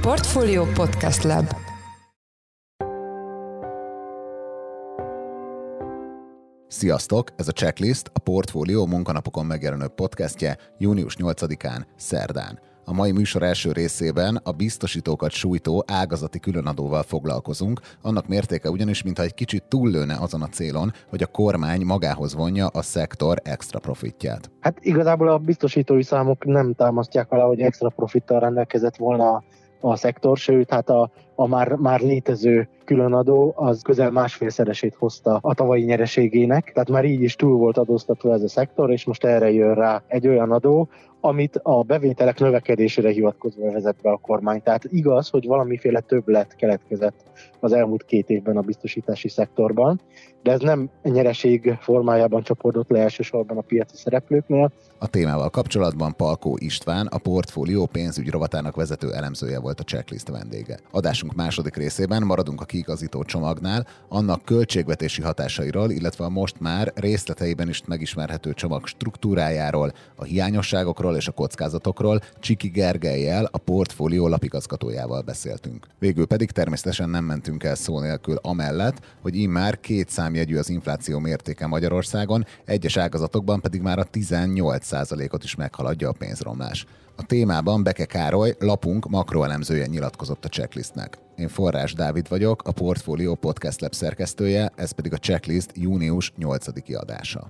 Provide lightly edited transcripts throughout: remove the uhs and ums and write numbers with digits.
Portfolio Podcast Lab. Sziasztok! Ez a Checklist, a Portfolio munkanapokon megjelenő podcastje június 8-án, szerdán. A mai műsor első részében a biztosítókat sújtó ágazati különadóval foglalkozunk, annak mértéke ugyanis, mintha egy kicsit túllőne azon a célon, hogy a kormány magához vonja a szektor extra profitját. Hát igazából a biztosítói számok nem támasztják alá, hogy extra profittal rendelkezett volna a szektor, sőt, hát a már létező különadó az közel másfélszeresét hozta a tavalyi nyereségének, tehát már így is túl volt adóztatva ez a szektor, és most erre jön rá egy olyan adó, amit a bevételek növekedésére hivatkozva vezet be a kormány. Tehát igaz, hogy valamiféle többlet keletkezett az elmúlt 2 évben a biztosítási szektorban, de ez nem nyereség formájában csapódott le elsősorban a piaci szereplőknél. A témával kapcsolatban Palkó István, a Portfolio pénzügy rovatának vezető elemzője volt a Checklist vendége. Adásunk második részében maradunk a kiigazító csomagnál, annak költségvetési hatásairól, illetve a most már részleteiben is megismerhető csomag struktúrájáról, a hiányosságokról és a kockázatokról Csiki Gergellyel, a Portfolio lapigazgatójával beszéltünk. Végül pedig természetesen nem mentünk el szó nélkül amellett, hogy immár 2 számjegyű az infláció mértéke Magyarországon, egyes ágazatokban pedig már a 18%-ot is meghaladja a pénzromlás. A témában Beke Károly, lapunk makroelemzője nyilatkozott a Checklistnek. Én Forrás Dávid vagyok, a Portfolio Podcast Lab szerkesztője, ez pedig a Checklist június 8-i adása.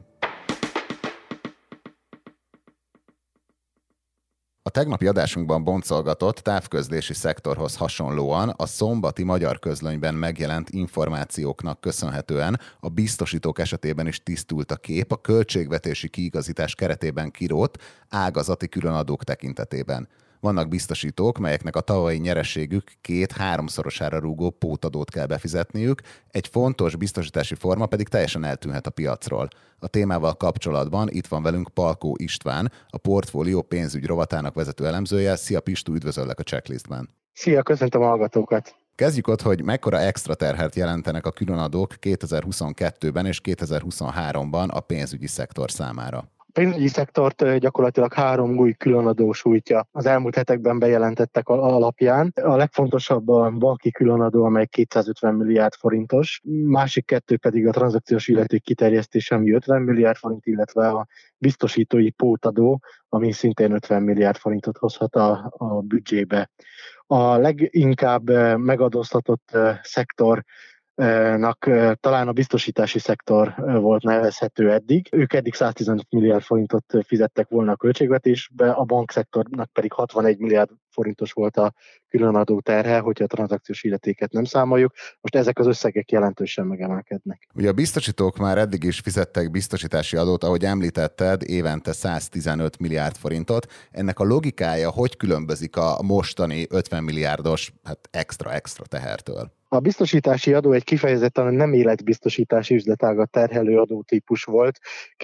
A tegnapi adásunkban boncolgatott távközlési szektorhoz hasonlóan a szombati Magyar Közlönyben megjelent információknak köszönhetően a biztosítók esetében is tisztult a kép a költségvetési kiigazítás keretében kirótt ágazati különadók tekintetében. Vannak biztosítók, melyeknek a tavalyi nyereségük 2-3-szorosára rúgó pótadót kell befizetniük, egy fontos biztosítási forma pedig teljesen eltűnhet a piacról. A témával kapcsolatban itt van velünk Palkó István, a Portfolio pénzügy rovatának vezető elemzője. Szia Pistú, üdvözöllek a Checklistben. Szia, köszöntöm a hallgatókat! Kezdjük ott, hogy mekkora extra terhet jelentenek a különadók 2022-ben és 2023-ban a pénzügyi szektor számára. A pénzügyi szektort gyakorlatilag 3 új különadó sújtja az elmúlt hetekben bejelentettek alapján. A legfontosabb a banki különadó, amely 250 milliárd forintos, másik 2 pedig a tranzakciós illeték kiterjesztése, ami 50 milliárd forint, illetve a biztosítói pótadó, ami szintén 50 milliárd forintot hozhat a büdzsébe. A leginkább megadóztatott szektor talán a biztosítási szektor volt nevezhető eddig. Ők eddig 115 milliárd forintot fizettek volna a költségvetésbe, a bankszektornak pedig 61 milliárd forintos volt a különadó terhe, hogyha a tranzakciós illetéket nem számoljuk. Most ezek az összegek jelentősen megemelkednek. Ugye a biztosítók már eddig is fizettek biztosítási adót, ahogy említetted, évente 115 milliárd forintot. Ennek a logikája hogy különbözik a mostani 50 milliárdos extra tehertől? A biztosítási adó egy kifejezetten nem életbiztosítási üzletágat terhelő adótípus volt.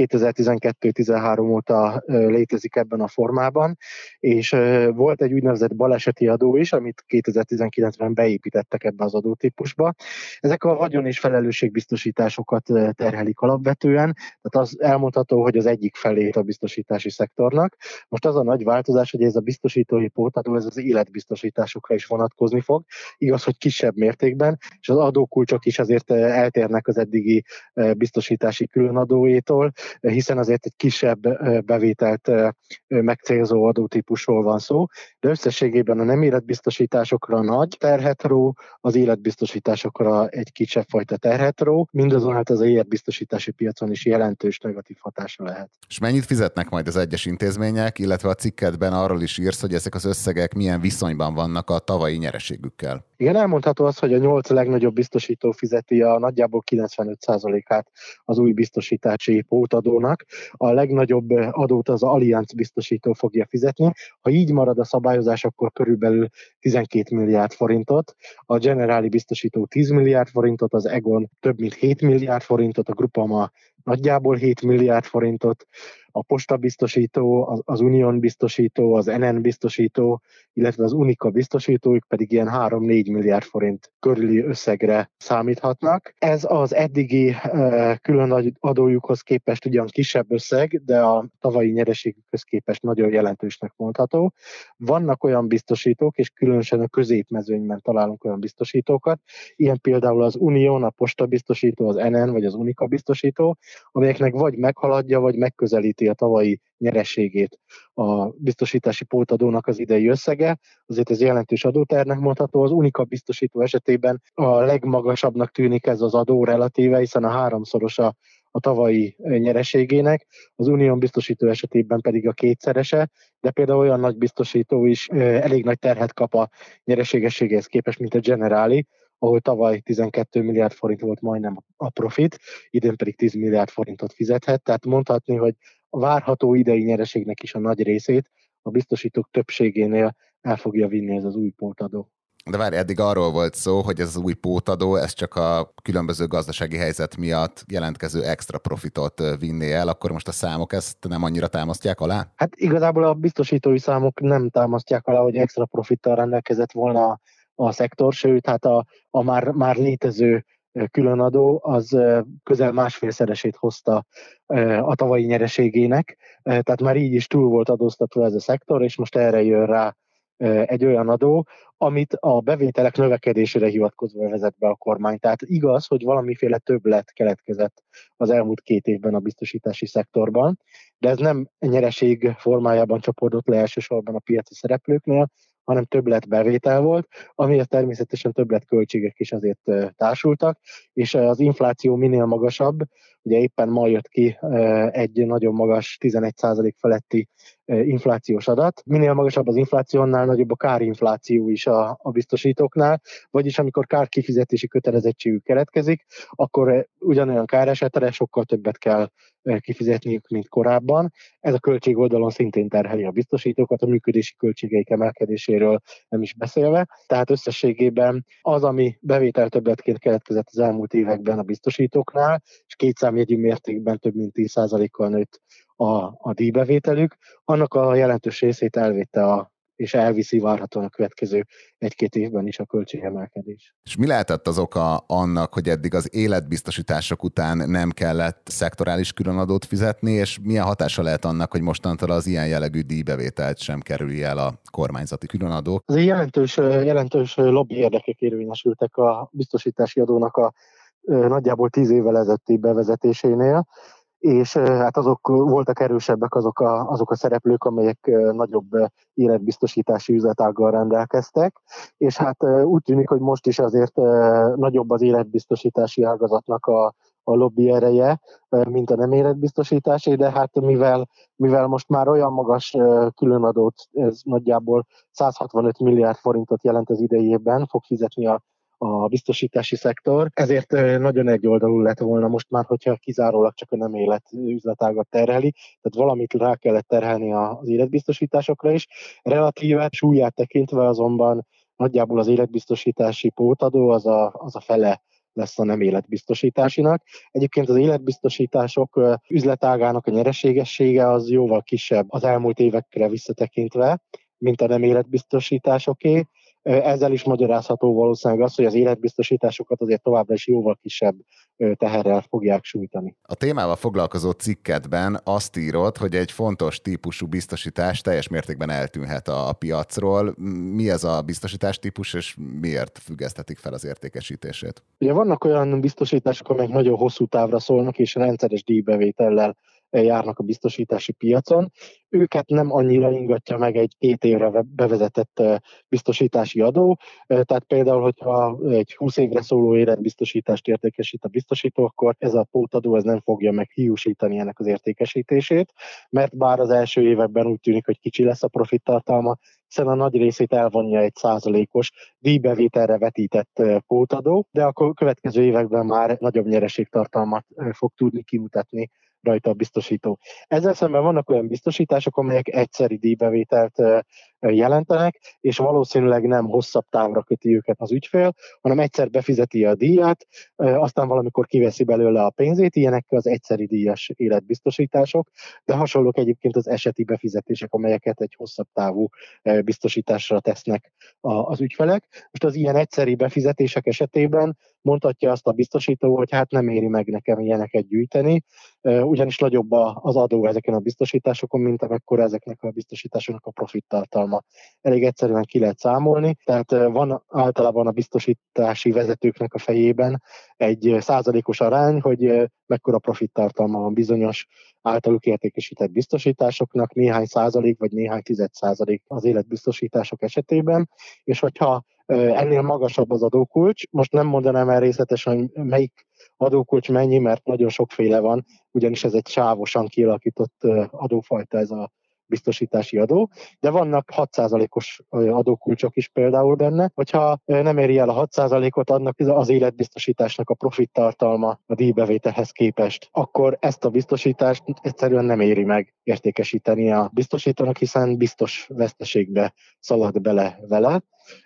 2012-13 óta létezik ebben a formában, és volt egy úgynevezett baleseti adó is, amit 2019-ben beépítettek ebbe az adótípusba. Ezek a vagyon- és felelősségbiztosításokat terhelik alapvetően, tehát az elmondható, hogy az egyik felét a biztosítási szektornak. Most az a nagy változás, hogy ez a biztosítói pótadó, ez az életbiztosításokra is vonatkozni fog. Igaz, hogy kisebb mértékben, és az adókulcsok is azért eltérnek az eddigi biztosítási különadóétól, hiszen azért egy kisebb bevételt megcélzó adótípusról van szó, de összességében a nem életbiztosításokra nagy terhet ró, az életbiztosításokra egy kisebb fajta terhet ró, mindazonáltal az életbiztosítási piacon is jelentős negatív hatása lehet. És mennyit fizetnek majd az egyes intézmények, illetve a cikketben arról is írsz, hogy ezek az összegek milyen viszonyban vannak a tavalyi nyereségükkel? Igen, elmondható az, hogy a 8 legnagyobb biztosító fizeti a nagyjából 95%-át az új biztosítási pótadónak. A legnagyobb adót az Allianz biztosító fogja fizetni. Ha így marad a szabályozás, akkor körülbelül 12 milliárd forintot, a Generali biztosító 10 milliárd forintot, az Egon több mint 7 milliárd forintot, a Groupama nagyjából 7 milliárd forintot, a Posta biztosító, az Unión biztosító, az NN biztosító, illetve az Unica biztosítóik pedig ilyen 3-4 milliárd forint körüli összegre számíthatnak. Ez az eddigi külön adójukhoz képest ugyan kisebb összeg, de a tavalyi nyereségükhöz képest nagyon jelentősnek mondható. Vannak olyan biztosítók, és különösen a középmezőnyben találunk olyan biztosítókat, ilyen például az Unión, a Posta biztosító, az NN vagy az Unica biztosító, amelyeknek vagy meghaladja, vagy megközelíti a tavalyi nyereségét a biztosítási pótadónak az idei összege, azért ez jelentős adóternek mondható. Az Unica biztosító esetében a legmagasabbnak tűnik ez az adó relatíve, hiszen a háromszorosa a tavalyi nyereségének, az Unión biztosító esetében pedig a kétszerese, de például olyan nagy biztosító is elég nagy terhet kap a nyereségességéhez képest, mint a Generali, ahol tavaly 12 milliárd forint volt majdnem a profit, idén pedig 10 milliárd forintot fizethet, tehát mondhatni, hogy a várható idei nyereségnek is a nagy részét a biztosítók többségénél el fogja vinni ez az új pótadó. De várj, eddig arról volt szó, hogy ez az új pótadó, ez csak a különböző gazdasági helyzet miatt jelentkező extra profitot vinné el, akkor most a számok ezt nem annyira támasztják alá? Hát igazából a biztosítói számok nem támasztják alá, hogy extra profittal rendelkezett volna a szektor, sőt, hát a már létező különadó az közel másfélszeresét hozta a tavalyi nyereségének, tehát már így is túl volt adóztatva ez a szektor, és most erre jön rá egy olyan adó, amit a bevételek növekedésére hivatkozva vezet be a kormány. Tehát igaz, hogy valamiféle többlet keletkezett az elmúlt 2 évben a biztosítási szektorban, de ez nem nyereség formájában csapódott le elsősorban a piaci szereplőknél, hanem többlet bevétel volt, amihez természetesen többlet költségek is azért társultak, és az infláció minél magasabb, ugye éppen ma jött ki egy nagyon magas 11% feletti inflációs adat. Minél magasabb az infláció, annál nagyobb a kárinfláció is a biztosítóknál, vagyis amikor kárkifizetési kötelezettségük keletkezik, akkor ugyanolyan káresetre sokkal többet kell kifizetniük, mint korábban. Ez a költség oldalon szintén terheli a biztosítókat, a működési költségeik emelkedéséről nem is beszélve. Tehát összességében az, ami bevételtöbbletként keletkezett az elmúlt években a biztosítóknál, és 2 számjegyű mértékben több mint 10%-kal nőtt a díjbevételük, annak a jelentős részét elvitte és elviszi várhatóan a következő 1-2 évben is a költségemelkedés. És mi lehetett az oka annak, hogy eddig az életbiztosítások után nem kellett szektorális különadót fizetni, és milyen hatása lehet annak, hogy mostantól az ilyen jellegű díjbevételt sem kerüli el a kormányzati különadók? Az jelentős lobby érdekek érvényesültek a biztosítási adónak a nagyjából 10 évvel ezelőtti bevezetésénél, és hát azok voltak erősebbek azok a szereplők, amelyek nagyobb életbiztosítási üzletággal rendelkeztek, és hát úgy tűnik, hogy most is azért nagyobb az életbiztosítási ágazatnak a lobby ereje, mint a nem életbiztosításé, de hát mivel most már olyan magas különadót, ez nagyjából 165 milliárd forintot jelent az idei évben, fog fizetni a biztosítási szektor, ezért nagyon egyoldalú lett volna most már, hogyha kizárólag csak a nem élet üzletágat terheli, tehát valamit rá kellett terhelni az életbiztosításokra is. Relatíve súlyát tekintve azonban nagyjából az életbiztosítási pótadó az a fele lesz a nem életbiztosításinak. Egyébként az életbiztosítások üzletágának a nyereségessége az jóval kisebb az elmúlt évekre visszatekintve, mint a nem életbiztosításoké. Ezzel is magyarázható valószínűleg az, hogy az életbiztosításokat azért továbbra is jóval kisebb teherrel fogják sújtani. A témával foglalkozó cikketben azt írod, hogy egy fontos típusú biztosítás teljes mértékben eltűnhet a piacról. Mi ez a biztosítás típus, és miért függesztetik fel az értékesítését? Ugye vannak olyan biztosítások, amelyek nagyon hosszú távra szólnak, és rendszeres díjbevétellel járnak a biztosítási piacon. Őket nem annyira ingatja meg egy 2 évre bevezetett biztosítási adó. Tehát például, hogyha egy 20 évre szóló életbiztosítást értékesít a biztosító, akkor ez a pótadó ez nem fogja meghiúsítani ennek az értékesítését, mert bár az első években úgy tűnik, hogy kicsi lesz a profit tartalma, hiszen a nagy részét elvonja egy 1%-os díjbevételre vetített pótadó, de a következő években már nagyobb nyereségtartalmat fog tudni kimutatni rajta a biztosító. Ezzel szemben vannak olyan biztosítások, amelyek egyszeri díjbevételt jelentenek, és valószínűleg nem hosszabb távra köti őket az ügyfél, hanem egyszer befizeti a díjat, aztán valamikor kiveszi belőle a pénzét, ilyenek az egyszeri díjas életbiztosítások, de hasonlók egyébként az eseti befizetések, amelyeket egy hosszabb távú biztosításra tesznek az ügyfelek. Most az ilyen egyszeri befizetések esetében mondhatja azt a biztosító, hogy hát nem éri meg nekem ilyeneket gyűjteni, ugyanis nagyobb az adó ezeken a biztosításokon, mint amekkora ezeknek a biztosításoknak a profit tartalma. Elég egyszerűen ki lehet számolni, tehát van általában a biztosítási vezetőknek a fejében egy százalékos arány, hogy mekkora profit tartalma van bizonyos általuk értékesített biztosításoknak, néhány százalék vagy néhány tized százalék az életbiztosítások esetében, és hogyha ennél magasabb az adókulcs, most nem mondanám el részletesen, hogy melyik adókulcs mennyi, mert nagyon sokféle van, ugyanis ez egy sávosan kialakított adófajta, ez a biztosítási adó, de vannak 6%-os adókulcsok is például benne, hogyha nem éri el a 6%-ot, annak az életbiztosításnak a profit tartalma a díjbevételhez képest, akkor ezt a biztosítást egyszerűen nem éri meg értékesíteni a biztosítónak, hiszen biztos veszteségbe szalad bele vele,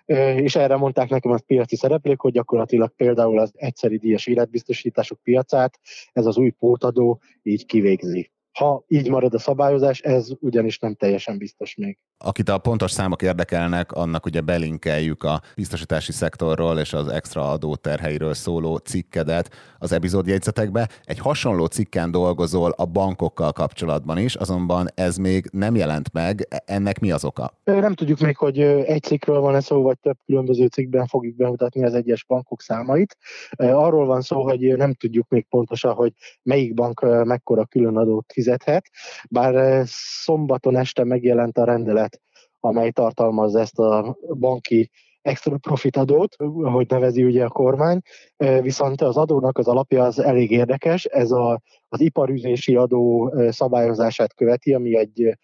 és erre mondták nekem a piaci szereplők, hogy gyakorlatilag például az egyszeri díjas életbiztosítások piacát ez az új pótadó így kivégzi. Ha így marad a szabályozás, ez ugyanis nem teljesen biztos még. Akit a pontos számok érdekelnek, annak ugye belinkeljük a biztosítási szektorról és az extra adóterheiről szóló cikkedet az epizódjegyzetekbe. Egy hasonló cikken dolgozol a bankokkal kapcsolatban is, azonban ez még nem jelent meg. Ennek mi az oka? Nem tudjuk még, hogy egy cikkről van-e szó, vagy több különböző cikkben fogjuk bemutatni az egyes bankok számait. Arról van szó, hogy nem tudjuk még pontosan, hogy melyik bank mekkora különadót fizethet, bár szombaton este megjelent a rendelet, amely tartalmaz ezt a banki extra profit adót, ahogy nevezi ugye a kormány, viszont az adónak az alapja az elég érdekes, ez az iparűzési adó szabályozását követi, ami egy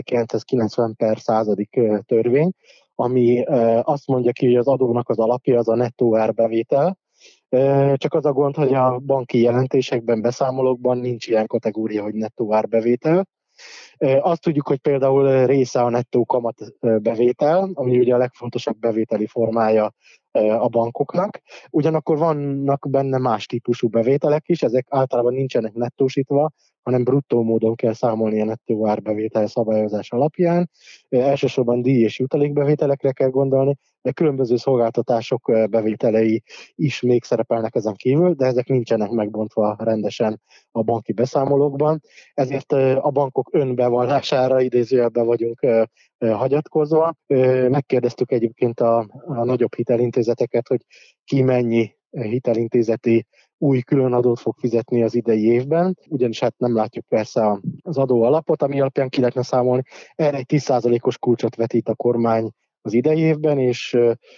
1990/100. Törvény, ami azt mondja ki, hogy az adónak az alapja az a nettó árbevétel, csak az a gond, hogy a banki jelentésekben, beszámolókban nincs ilyen kategória, hogy nettó árbevétel. Azt tudjuk, hogy például része a nettó kamat bevétel, ami ugye a legfontosabb bevételi formája a bankoknak. Ugyanakkor vannak benne más típusú bevételek is, ezek általában nincsenek nettósítva, hanem bruttó módon kell számolni a nettó árbevétel szabályozás alapján. Elsősorban díj- és jutalékbevételekre kell gondolni, de különböző szolgáltatások bevételei is még szerepelnek ezen kívül, de ezek nincsenek megbontva rendesen a banki beszámolókban. Ezért a bankok önbevallására idézőjelben vagyunk hagyatkozva. Megkérdeztük egyébként a nagyobb hitelintézeteket, hogy ki mennyi hitelintézeti új különadót fog fizetni az idei évben, ugyanis hát nem látjuk persze az adó alapot, ami alapján ki lehetne számolni. Erre egy 10%-os kulcsot vetít a kormány az idei évben, és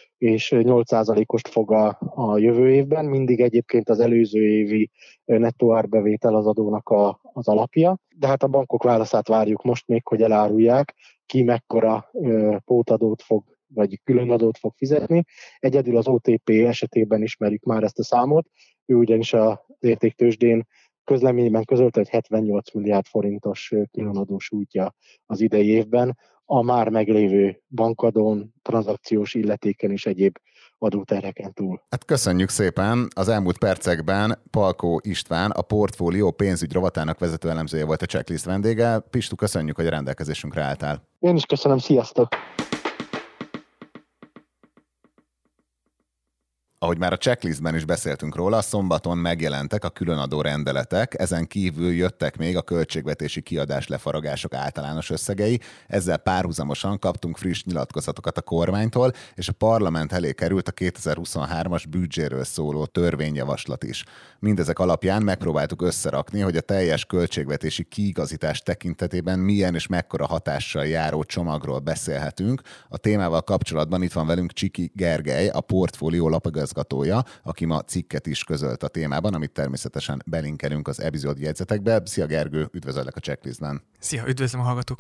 8%-ost fog a jövő évben. Mindig egyébként az előző évi nettó árbevétel az adónak az alapja. De hát a bankok válaszát várjuk most még, hogy elárulják, ki mekkora pótadót fog vagy különadót fog fizetni. Egyedül az OTP esetében ismerjük már ezt a számot, ő ugyanis az értéktőzsdén közleményben közölte, hogy 78 milliárd forintos különadó sújtja az idei évben, a már meglévő bankadón, tranzakciós illetéken és egyéb adóterheken túl. Hát köszönjük szépen! Az elmúlt percekben Palkó István, a Portfólió pénzügy rovatának vezető elemzője volt a Checklist vendége. Pistu, köszönjük, hogy a rendelkezésünkre álltál. Én is köszönöm, sziasztok! Ahogy már a checklistben is beszéltünk róla, szombaton megjelentek a különadó rendeletek, ezen kívül jöttek még a költségvetési kiadás lefaragások általános összegei, ezzel párhuzamosan kaptunk friss nyilatkozatokat a kormánytól, és a parlament elé került a 2023-as büdzséről szóló törvényjavaslat is. Mindezek alapján megpróbáltuk összerakni, hogy a teljes költségvetési kiigazítás tekintetében milyen és mekkora hatással járó csomagról beszélhetünk. A témával kapcsolatban itt van velünk Csiki Gergely, a Portfólió lapigazgatója, aki ma cikket is közölt a témában, amit természetesen belinkelünk az epizód jegyzetekbe. Szia Gergő, üdvözöllek a checklistben. Szia, üdvözlöm a hallgatókat.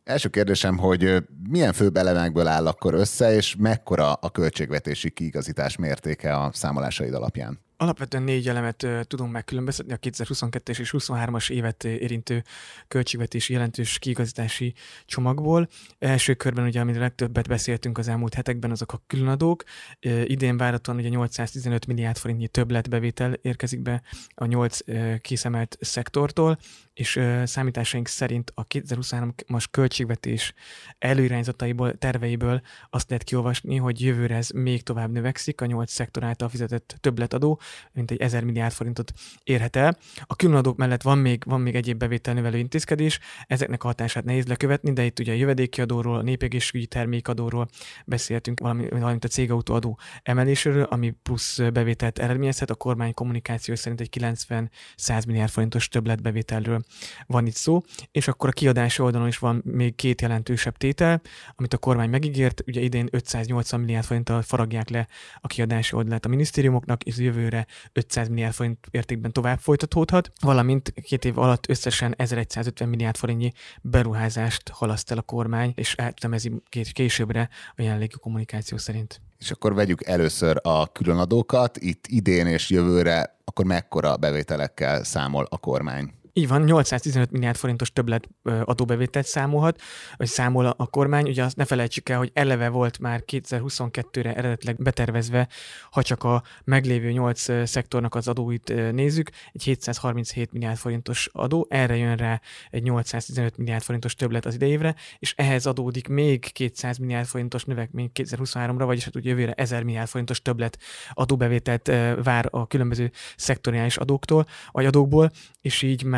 Első kérdésem, hogy milyen főbb elemekből áll akkor össze, és mekkora a költségvetési kiigazítás mértéke a számolásaid alapján? Alapvetően 4 elemet tudunk megkülönböztetni a 2022-es és 23-as évet érintő költségvetési jelentős kiigazítási csomagból. Első körben, ugye, amiről legtöbbet beszéltünk az elmúlt hetekben, azok a különadók. Idén várhatóan ugye 815 milliárd forintnyi többletbevétel érkezik be a 8 kiszemelt szektortól, és számításaink szerint a 2023-as költségvetés előirányzataiból, terveiből azt lehet kiolvasni, hogy jövőre ez még tovább növekszik, a 8 szektor által fizetett többletadó, mint egy 1000 milliárd forintot érhet el. A különadók mellett van még egyéb bevételnövelő intézkedés, ezeknek a hatását nehéz lekövetni, de itt ugye a jövedéki adóról, a népegészségügyi termékadóról beszéltünk, valamint a cégautóadó emeléséről, ami plusz bevételt eredményezhet. A kormány kommunikáció szerint egy 90-100 milliárd forintos többletbevételről van itt szó, és akkor a kiadási oldalon is van még 2 jelentősebb tétel, amit a kormány megígért. Ugye idén 580 milliárd forinttal faragják le a kiadási oldalát a minisztériumoknak, és jövőre 500 milliárd forint értékben tovább folytatódhat, valamint 2 év alatt összesen 1150 milliárd forintnyi beruházást halaszt el a kormány, és eltemezi későbbre a jelenlegi kommunikáció szerint. És akkor vegyük először a különadókat, itt idén és jövőre, akkor mekkora bevételekkel számol a kormány? Így van, 815 milliárd forintos többlet adóbevételt számol a kormány. Ugye azt ne felejtsük el, hogy eleve volt már 2022-re eredetileg betervezve, ha csak a meglévő 8 szektornak az adóit nézzük, egy 737 milliárd forintos adó, erre jön rá egy 815 milliárd forintos többlet az idejévre, és ehhez adódik még 200 milliárd forintos növekmény 2023-ra, vagyis hát ugye jövőre 1000 milliárd forintos többlet adóbevételt vár a különböző szektoriális adókból, és így már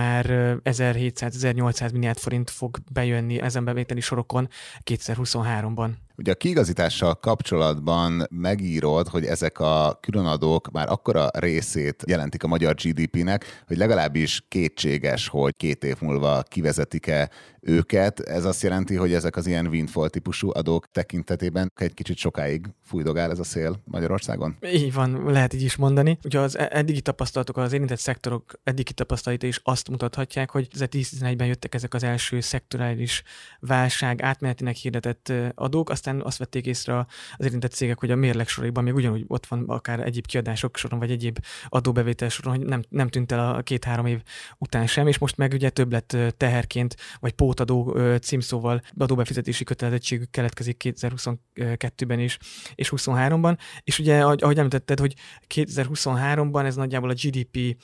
1700-1800 milliárd forint fog bejönni ezen bevételi sorokon 2023-ban. Ugye a kiigazítással kapcsolatban megírod, hogy ezek a különadók már akkora részét jelentik a magyar GDP-nek, hogy legalábbis kétséges, hogy 2 év múlva kivezetik-e őket. Ez azt jelenti, hogy ezek az ilyen windfall típusú adók tekintetében egy kicsit sokáig fújdogál ez a szél Magyarországon? Így van, lehet így is mondani. Ugye az eddigi tapasztalatok, az érintett szektorok eddigi tapasztalatai is azt mutathatják, hogy 2010-11-ben jöttek ezek az első szektorális válság átmenetinek hirdetett adók, aztán azt vették észre az érintett cégek, hogy a mérleg soraiban még ugyanúgy ott van akár egyéb kiadások soron, vagy egyéb adóbevétel soron, hogy nem tűnt el a 2-3 év után sem, és most meg ugye többlet teherként, vagy pótadó címszóval adóbefizetési kötelezettségük keletkezik 2022-ben és 23-ban, és ugye, ahogy említetted, hogy 2023-ban ez nagyjából a GDP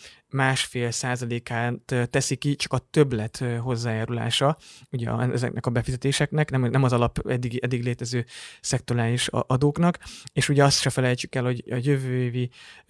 1,5%-át teszi ki, csak a többlet hozzájárulása ugye ezeknek a befizetéseknek, nem az alap eddig létező szektorális adóknak, és ugye azt se felejtsük el, hogy a jövő évi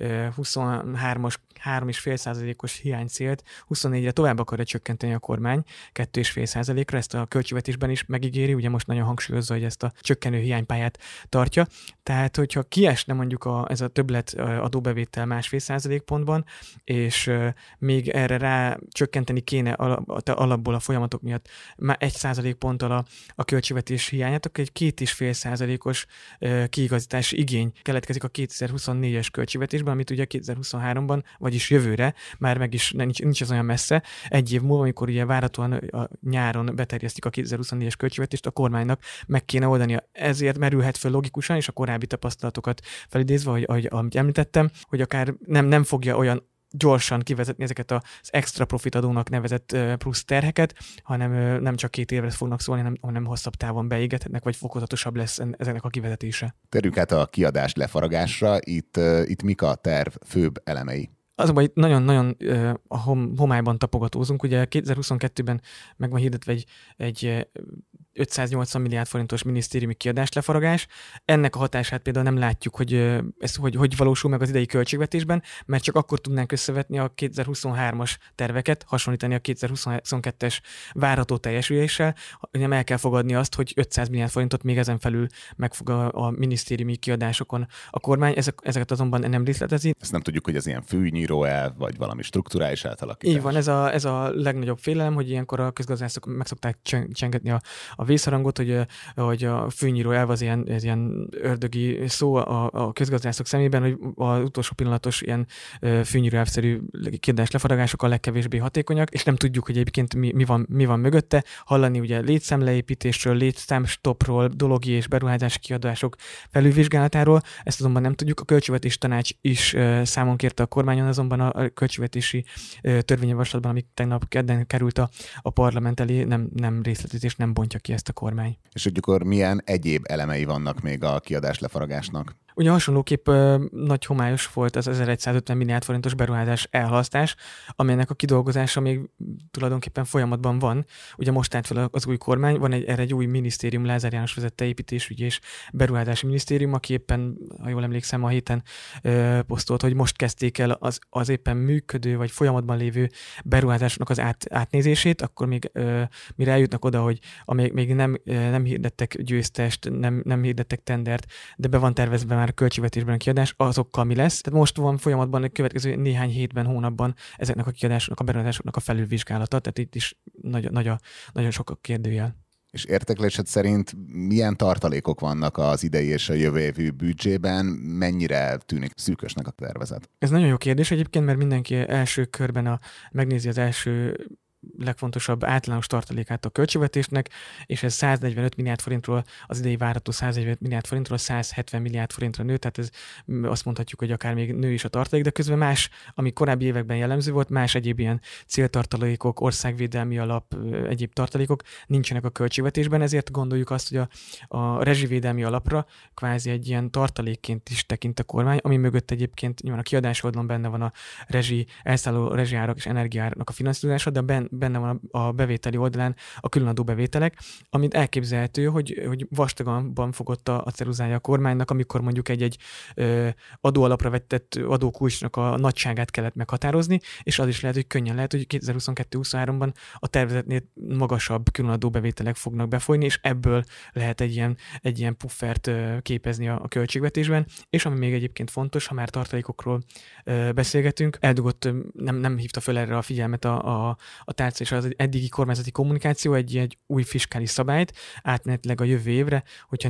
23-as 3,5%-os hiánycélt 24-re tovább akarja csökkenteni a kormány 2,5%-ra, ezt a költségvetésben is megígéri, ugye most nagyon hangsúlyozza, hogy ezt a csökkenő hiánypályát tartja. Tehát, hogyha kiesne mondjuk ez a többlet adóbevétel 1,5% pontban, és még erre rá csökkenteni kéne alapból a folyamatok miatt 1% ponttal a költségvetés hiányát, akkor egy 2,5%-os kiigazítási igény keletkezik a 2024-es költségvetésben, amit ugye 2023-ban, vagyis jövőre, már meg is nincs az olyan messze, egy év múlva, amikor ugye várhatóan a nyáron beterjesztik a 2024-es költségvetést, a kormánynak meg kéne oldania. Ezért merülhet föl logikusan, és a korábbi tapasztalatokat felidézve, hogy amit említettem, hogy akár nem fogja olyan gyorsan kivezetni ezeket az extra profit adónak nevezett plusz terheket, hanem nem csak 2 évre fognak szólni, hanem hosszabb távon beégethetnek, vagy fokozatosabb lesz ezeknek a kivezetése. Térjünk át a kiadás lefaragásra. Itt mik a terv főbb elemei? Azonban itt nagyon-nagyon a homályban tapogatózunk. Ugye 2022-ben meg van hirdetve egy 580 milliárd forintos minisztériumi kiadáslefaragás. Ennek a hatását például nem látjuk, hogy ez hogy valósul meg az idei költségvetésben, mert csak akkor tudnánk összevetni a 2023-as terveket, hasonlítani a 2022-es várható teljesüléssel, nem el kell fogadni azt, hogy 500 milliárd forintot még ezen felül megfog a minisztériumi kiadásokon a kormány. Ezeket azonban nem részletezi. Ezt nem tudjuk, hogy ez ilyen fűnyíró el, vagy valami strukturális átalakítás. Így van, ez a legnagyobb félelem, hogy ilyenkor a közgazdászok meg szokták csengetni a vészharangot, hogy a főnyíró elv az ilyen ördögi szó a közgazdászok szemében, hogy az utolsó pillanatos ilyen főnyíró elvszerű kiadás lefaragások a legkevésbé hatékonyak, és nem tudjuk, hogy egyébként mi van mögötte. Hallani ugye létszámleépítésről, létszámstopról, dologi és beruházási kiadások felülvizsgálatáról, ezt azonban nem tudjuk. A Költségvetési Tanács is számon kérte a kormányon, azonban a költségvetési törvényjavaslatban, ami tegnap kedden került a parlament elé, nem részletezi és nem bontja ki ezt a kormány. És hogy akkor milyen egyéb elemei vannak még a kiadás lefaragásnak? Ugye hasonlóképp nagy homályos volt az 1150 milliárd forintos beruházás elhalasztás, amelynek a kidolgozása még tulajdonképpen folyamatban van. Ugye most állt fel az új kormány, van erre egy új minisztérium, Lázár János vezette építésügyi és beruházási minisztérium, aki éppen, ha jól emlékszem, a héten posztolt, hogy most kezdték el az éppen működő vagy folyamatban lévő beruházásnak az átnézését, akkor még mire eljutnak oda, hogy még nem hirdettek győztest, nem hirdettek tendert, de be van tervezve már a költségvetésben a kiadás, azokkal mi lesz. Tehát most van folyamatban a következő néhány hétben, hónapban ezeknek a kiadásoknak, a beruházásoknak a felülvizsgálata, tehát itt is nagyon sok a kérdőjel. És értékelésed szerint milyen tartalékok vannak az idei és a jövő évű büdzsében, mennyire tűnik szűkösnek a tervezet? Ez nagyon jó kérdés egyébként, mert mindenki első körben megnézi az első legfontosabb általános tartalékát a költségvetésnek, és ez 145 milliárd forintról, az idei várható 145 milliárd forintról 170 milliárd forintra nő, tehát ez azt mondhatjuk, hogy akár még nő is a tartalék, de közben más, ami korábbi években jellemző volt, más egyéb ilyen céltartalékok, országvédelmi alap, egyéb tartalékok nincsenek a költségvetésben, ezért gondoljuk azt, hogy a rezsivédelmi alapra kvázi egy ilyen tartalékként is tekint a kormány, ami mögött egyébként nyilván a kiadás oldalon benne van a elszálló rezsiárak és energiáraknak a finanszírozása, de benne van a bevételi oldalán a különadó bevételek, amit elképzelhető, hogy vastaganban fogott a ceruzája a kormánynak, amikor mondjuk egy adóalapra vetett adókulcsnak a nagyságát kellett meghatározni, és az is lehet, hogy könnyen lehet, hogy 2022-23-ban a tervezetnél magasabb különadó bevételek fognak befolyni, és ebből lehet egy ilyen puffert képezni a költségvetésben, és ami még egyébként fontos, ha már tartalékokról beszélgetünk, eldugott, nem hívta föl erre a figyelmet a tárca és az eddigi kormányzati kommunikáció egy új fiskális szabályt, átmenetileg a jövő évre, hogyha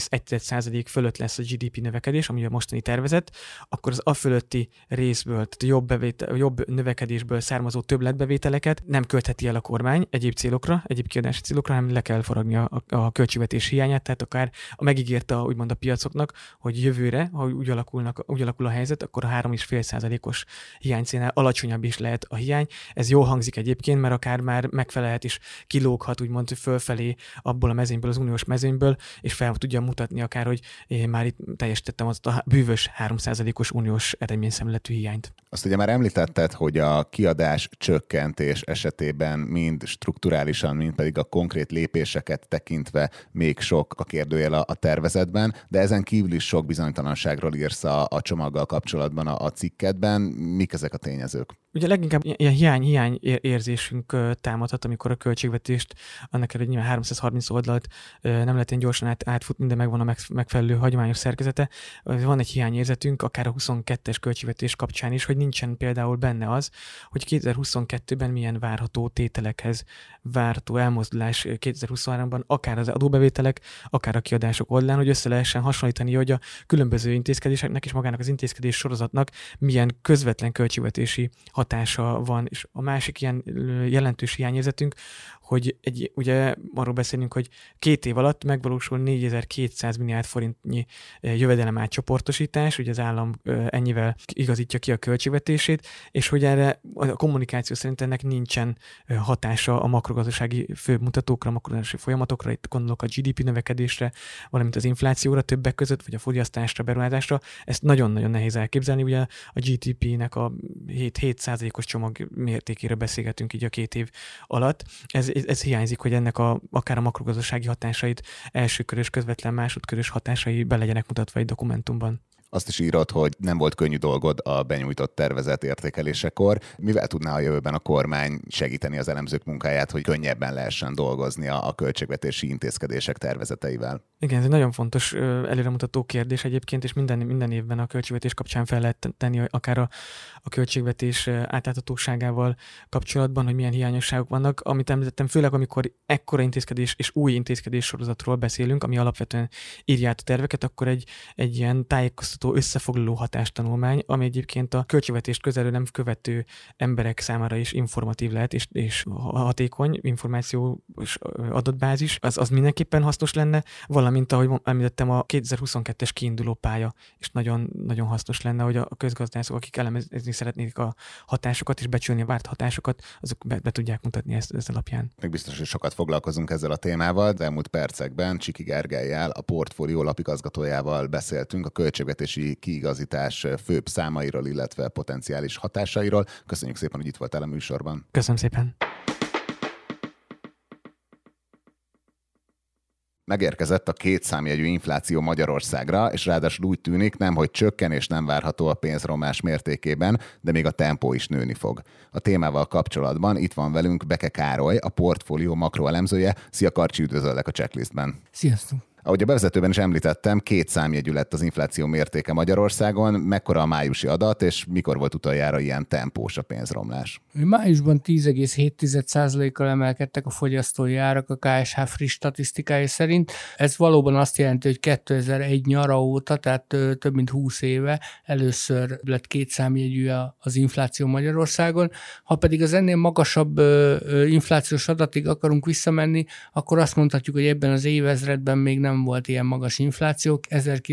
4,1% fölött lesz a GDP növekedés, ami a mostani tervezet, akkor az a fölötti részből, tehát a jobb növekedésből származó többletbevételeket nem költheti el a kormány egyéb célokra, egyéb kiadási célokra, hanem le kell forogni a költségvetés hiányát, tehát akár megígérte úgymond a piacoknak, hogy jövőre, ha úgy alakul a helyzet, akkor a 3,5%-os hiánycélnál alacsonyabb is lehet a hiány. Ez jól hangzik egyébként, mert akár már megfelelhet is, kilóghat úgymond fölfelé abból a mezőnyből, az uniós mezőnyből, és fel tudja mutatni akár, hogy én már itt teljesítettem azt a bűvös 3%-os uniós eredményszemléletű hiányt. Azt ugye már említetted, hogy a kiadás csökkentés esetében mind strukturálisan, mind pedig a konkrét lépéseket tekintve még sok a kérdőjel a tervezetben, de ezen kívül is sok bizonytalanságról írsz a csomaggal kapcsolatban a cikkedben. Mik ezek a tényezők? Ugye leginkább ilyen hiány érzésünk támadhat, amikor a költségvetést, annak ellenére, hogy nyilván 330 oldalt nem lehet ilyen gyorsan átfutni, de megvan a megfelelő hagyományos szerkezete. Van egy hiányérzetünk, akár a 22-es költségvetés kapcsán is, hogy nincsen például benne az, hogy 2022-ben milyen várható tételekhez várható elmozdulás 2023-ban, akár az adóbevételek, akár a kiadások oldalán, hogy össze lehessen hasonlítani, hogy a különböző intézkedéseknek és magának az intézkedés sorozatnak milyen közvetlen költségvetési hatása van. És a másik ilyen jelentős hiányérzetünk, hogy ugye arról beszélünk, hogy 2 év alatt megvalósul 4200 milliárd forintnyi jövedelem átcsoportosítás, ugye az állam ennyivel igazítja ki a költségvetését, és hogy erre a kommunikáció szerint ennek nincsen hatása a makrogazdasági főmutatókra, a makrogazdasági folyamatokra, itt gondolok a GDP növekedésre, valamint az inflációra többek között, vagy a fogyasztásra, beruházásra. Ezt nagyon-nagyon nehéz elképzelni, ugye a GDP-nek a 7%-os csomag mértékére beszélgetünk így a 2 év alatt. Ez hiányzik, hogy ennek akár a makrogazdasági hatásait elsőkörös, közvetlen másodkörös hatásai be legyenek mutatva egy dokumentumban. Azt is írod, hogy nem volt könnyű dolgod a benyújtott tervezet értékelésekor. Mivel tudná a jövőben a kormány segíteni az elemzők munkáját, hogy könnyebben lehessen dolgozni a költségvetési intézkedések tervezeteivel? Igen, ez egy nagyon fontos előremutató kérdés egyébként, és minden évben a költségvetés kapcsán fel lehet tenni akár a költségvetés átláthatóságával kapcsolatban, hogy milyen hiányosságok vannak. Amit említettem, főleg amikor ekkora intézkedés és új intézkedés sorozatról beszélünk, ami alapvetően írja át a terveket, akkor egy ilyen tájékoztató, összefoglaló hatástanulmány, ami egyébként a költségvetést közelről nem követő emberek számára is informatív lehet, és hatékony információs adatbázis, az mindenképpen hasznos lenne, valamint, ahogy említettem, a 2022-es kiinduló pálya is nagyon, nagyon hasznos lenne, hogy a közgazdászok, akik elemezni szeretnék a hatásokat és becsülni a várt hatásokat, azok be tudják mutatni ezt alapján. Még biztos, hogy sokat foglalkozunk ezzel a témával, de elmúlt percekben Csiki Gergellyel, a Portfólió lapigazgatójával beszéltünk a költségvetési kiigazítás főbb számairól, illetve potenciális hatásairól. Köszönjük szépen, hogy itt voltál a műsorban. Köszönöm szépen. Megérkezett a 2 számjegyű infláció Magyarországra, és ráadásul úgy tűnik, nemhogy csökkenés nem várható a pénzromlás mértékében, de még a tempó is nőni fog. A témával kapcsolatban itt van velünk Beke Károly, a Portfólió makroelemzője. Szia Karcsi, üdvözöllek a checklistben. Sziasztok! Ahogy a bevezetőben is említettem, 2 számjegyű lett az infláció mértéke Magyarországon. Mekkora a májusi adat, és mikor volt utoljára ilyen tempós a pénzromlás? Májusban 10,7%-kal emelkedtek a fogyasztói árak a KSH friss statisztikája szerint. Ez valóban azt jelenti, hogy 2001 nyara óta, tehát több mint 20 éve először lett 2 számjegyű az infláció Magyarországon. Ha pedig az ennél magasabb inflációs adatig akarunk visszamenni, akkor azt mondhatjuk, hogy ebben az évezredben még nem volt ilyen magas infláció.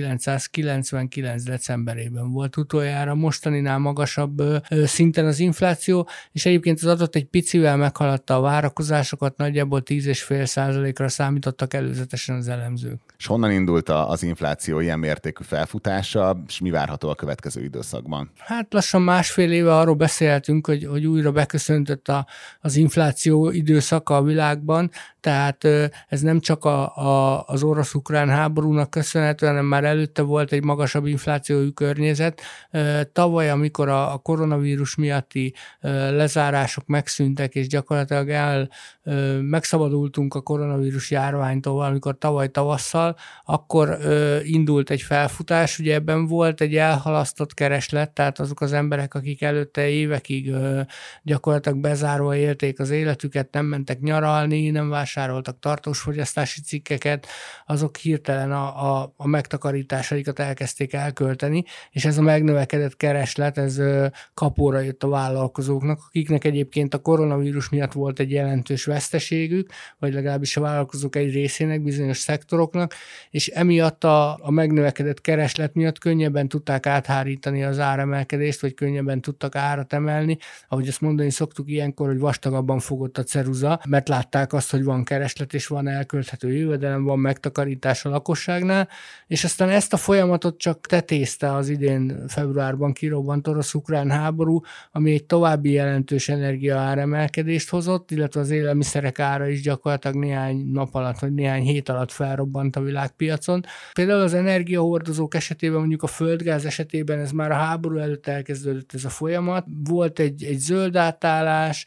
1999. decemberében volt utoljára mostaninál magasabb szinten az infláció, és egyébként az adat egy picivel meghaladta a várakozásokat, nagyjából 10,5%-ra számítottak előzetesen az elemzők. És honnan indult az infláció ilyen mértékű felfutása, és mi várható a következő időszakban? Hát lassan másfél éve arról beszéltünk, hogy újra beköszöntött az infláció időszaka a világban, tehát ez nem csak az orosz-ukrán háborúnak köszönhető, hanem már előtte volt egy magasabb inflációjú környezet. Tavaly, amikor a koronavírus miatti lezárások megszűntek, és gyakorlatilag megszabadultunk a koronavírus járványtól, amikor tavaly tavasszal, akkor indult egy felfutás, ugye ebben volt egy elhalasztott kereslet, tehát azok az emberek, akik előtte évekig gyakorlatilag bezárva élték az életüket, nem mentek nyaralni, nem vásároltak tartós fogyasztási cikkeket, azok hirtelen a megtakarításaikat elkezdték elkölteni, és ez a megnövekedett kereslet, ez kapóra jött a vállalkozóknak, akiknek egyébként a koronavírus miatt volt egy jelentős veszteségük, vagy legalábbis a vállalkozók egy részének, bizonyos szektoroknak, és emiatt a megnövekedett kereslet miatt könnyebben tudták áthárítani az áremelkedést, vagy könnyebben tudtak árat emelni. Ahogy ezt mondani szoktuk ilyenkor, hogy vastagabban fogott a ceruza, mert látták azt, hogy van kereslet, és van elkölthető jövedelem, van megtakarítás a lakosságnál, és aztán ezt a folyamatot csak tetézte az idén februárban kirobbant orosz-ukrán háború, ami egy további jelentős energiaáremelkedést hozott, illetve az élelmiszerek ára is gyakorlatilag néhány nap alatt, vagy néhány hét alatt felrobbant a világpiacon. Például az energiahordozók esetében, mondjuk a földgáz esetében ez már a háború előtt elkezdődött ez a folyamat. Volt egy zöld átállás,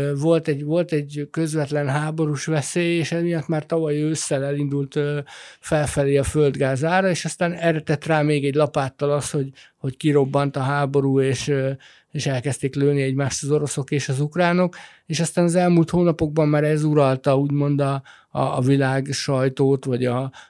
volt egy közvetlen háborús veszély, és emiatt már tavaly ősszel elindult felfelé a földgáz ára, és aztán erre tett rá még egy lapáttal az, hogy kirobbant a háború, és elkezdték lőni egymást az oroszok és az ukránok, és aztán az elmúlt hónapokban már ez uralta úgymond a világ sajtót, vagy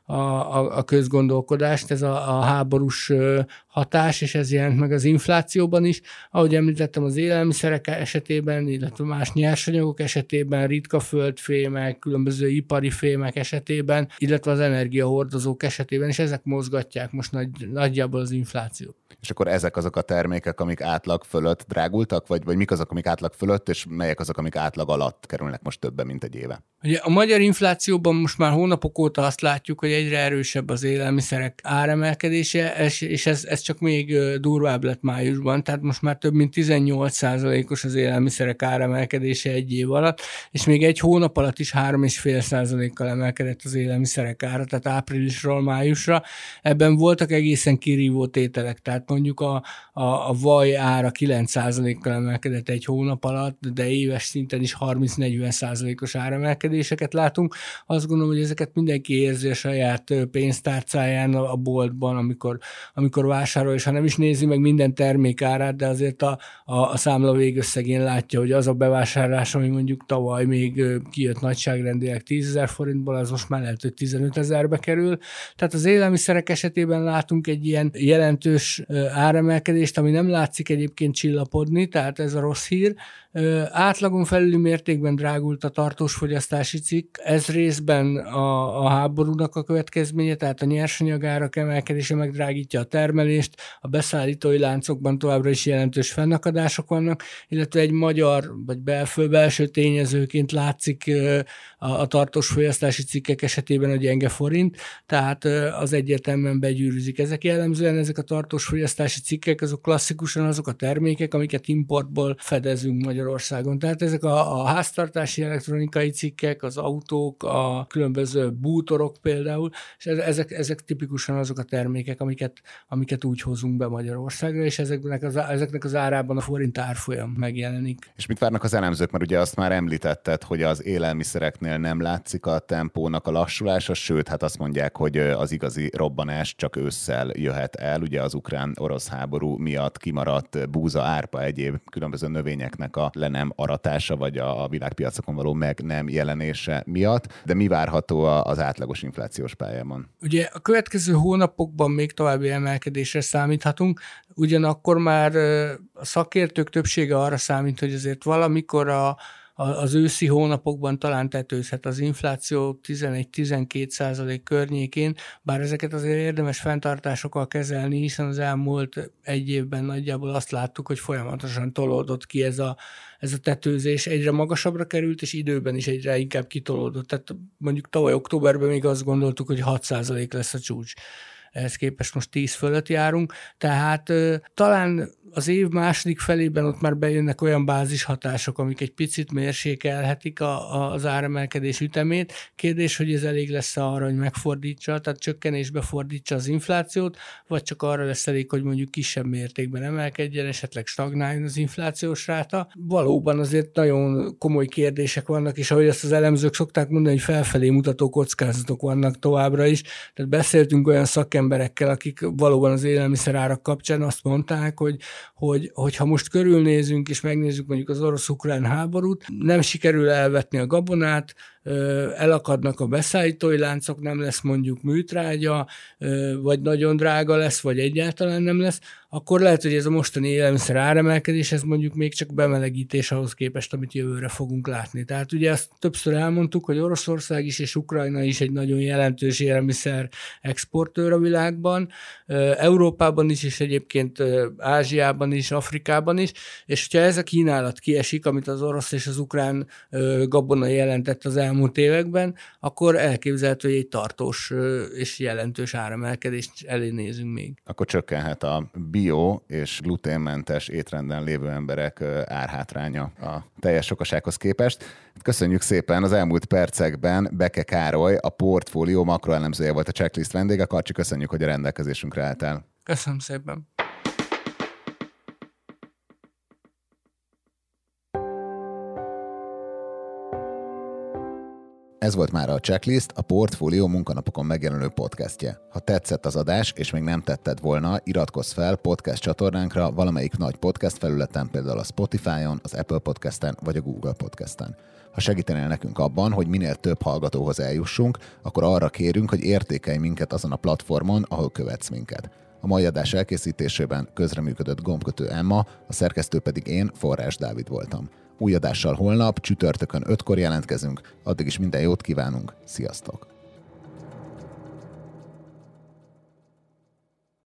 a közgondolkodást, ez a háborús hatás, és ez jelent meg az inflációban is. Ahogy említettem, az élelmiszerek esetében, illetve más nyersanyagok esetében, ritka földfémek, különböző ipari fémek esetében, illetve az energiahordozók esetében, és ezek mozgatják most nagyjából az inflációt. És akkor ezek azok a termékek, amik átlag fölött drágultak, vagy mik azok, amik átlag fölött, és melyek azok, amik átlag alatt kerülnek most többen, mint egy éve? Ugye a magyar inflációban most már hónapok óta azt látjuk, hogy egyre erősebb az élelmiszerek áremelkedése, és ez csak még durvább lett májusban, tehát most már több mint 18%-os az élelmiszerek áremelkedése egy év alatt, és még egy hónap alatt is 3,5%-kal emelkedett az élelmiszerek ára, tehát áprilisról májusra. Ebben voltak egészen kirívó tételek, tehát mondjuk a vaj ára 9%-kal emelkedett egy hónap alatt, de éves szinten is 30-40%-os áremelkedéseket látunk. Azt gondolom, hogy ezeket mindenki érzi a saját pénztárcáján a boltban, amikor vásárol, és ha nem is nézi meg minden termék árát, de azért a számla végösszegén látja, hogy az a bevásárlás, ami mondjuk tavaly még kijött nagyságrendileg 10 000 forintból, az most már lehet, hogy 15 000-be kerül. Tehát az élelmiszerek esetében látunk egy ilyen jelentős áremelkedést, ami nem látszik egyébként csillapodni, tehát ez a rossz hír. Átlagon felüli mértékben drágult a tartós fogyasztási cikk. Ez részben a háborúnak a következménye, tehát a nyersanyagárak emelkedése megdrágítja a termelést, a beszállítói láncokban továbbra is jelentős fennakadások vannak, illetve egy magyar vagy belső tényezőként látszik a tartós fogyasztási cikkek esetében a gyenge forint, tehát az egyértelműen begyűrűzik. Ezek a tartós fogyasztási cikkek, azok klasszikusan azok a termékek, amiket importból fedezünk Magyarországon. Tehát ezek a háztartási elektronikai cikkek, az autók, a különböző bútorok például, és ezek tipikusan azok a termékek, amiket úgy hozunk be Magyarországra, és ezeknek az árában a forint árfolyam megjelenik. És mit várnak az elemzők? Mert ugye azt már említetted, hogy az élelmiszereknél nem látszik a tempónak a lassulása, sőt, hát azt mondják, hogy az igazi robbanás csak ősszel jöhet el. Ugye az ukrán-orosz háború miatt kimaradt búza, árpa, egyéb különböző növényeknek a le nem aratása, vagy a világpiacokon való meg nem jelenése miatt. De mi várható az átlagos inflációs pályában? Ugye a következő hónapokban még további emelkedésre számíthatunk, ugyanakkor már a szakértők többsége arra számít, hogy azért valamikor az őszi hónapokban talán tetőzhet az infláció 11-12% környékén, bár ezeket azért érdemes fenntartásokkal kezelni, hiszen az elmúlt egy évben nagyjából azt láttuk, hogy folyamatosan tolódott ki ez a tetőzés, egyre magasabbra került, és időben is egyre inkább kitolódott. Tehát mondjuk tavaly októberben még azt gondoltuk, hogy 6% lesz a csúcs. Ehhez képest most 10 fölött járunk, tehát talán az év második felében ott már bejönnek olyan bázishatások, amik egy picit mérsékelhetik az áremelkedés ütemét. Kérdés, hogy ez elég lesz arra, hogy megfordítsa, tehát csökkenésbe fordítsa az inflációt, vagy csak arra lesz elég, hogy mondjuk kisebb mértékben emelkedjen, esetleg stagnáljon az inflációs ráta. Valóban azért nagyon komoly kérdések vannak, és ahogy ezt az elemzők szokták mondani, hogy felfelé mutató kockázatok vannak továbbra is. Tehát beszéltünk olyan szakemberekkel, akik valóban az élelmiszerárak kapcsán azt mondták, hogy ha most körülnézünk és megnézzük mondjuk az orosz-ukrán háborút, nem sikerül elvetni a gabonát, elakadnak a beszállítói láncok, nem lesz mondjuk műtrágya, vagy nagyon drága lesz, vagy egyáltalán nem lesz, akkor lehet, hogy ez a mostani élelmiszer áremelkedés, ez mondjuk még csak bemelegítés ahhoz képest, amit jövőre fogunk látni. Tehát ugye azt többször elmondtuk, hogy Oroszország is és Ukrajna is egy nagyon jelentős élelmiszer exportőr a világban, Európában is, és egyébként Ázsiában is, Afrikában is, és hogyha ez a kínálat kiesik, amit az orosz és az ukrán gabona jelentett az elmúlt években, akkor elképzelhető, hogy egy tartós és jelentős áremelkedést elé nézünk még. Akkor csökkenhet a bio és gluténmentes étrenden lévő emberek árhátránya a teljes sokasághoz képest. Köszönjük szépen! Az elmúlt percekben Beke Károly, a Portfólió makroelemzője volt a Checklist vendége. Karcsi, köszönjük, hogy a rendelkezésünkre álltál. Köszönöm szépen! Ez volt már a Checklist, a Portfólió munkanapokon megjelenő podcastje. Ha tetszett az adás, és még nem tetted volna, iratkozz fel podcast csatornánkra valamelyik nagy podcast felületen, például a Spotify-on, az Apple Podcasten vagy a Google Podcasten. Ha segítenél nekünk abban, hogy minél több hallgatóhoz eljussunk, akkor arra kérünk, hogy értékelj minket azon a platformon, ahol követsz minket. A mai adás elkészítésében közreműködött gombkötő Emma, a szerkesztő pedig én, Forrás Dávid voltam. Új adással holnap, csütörtökön 5-kor jelentkezünk, addig is minden jót kívánunk, sziasztok!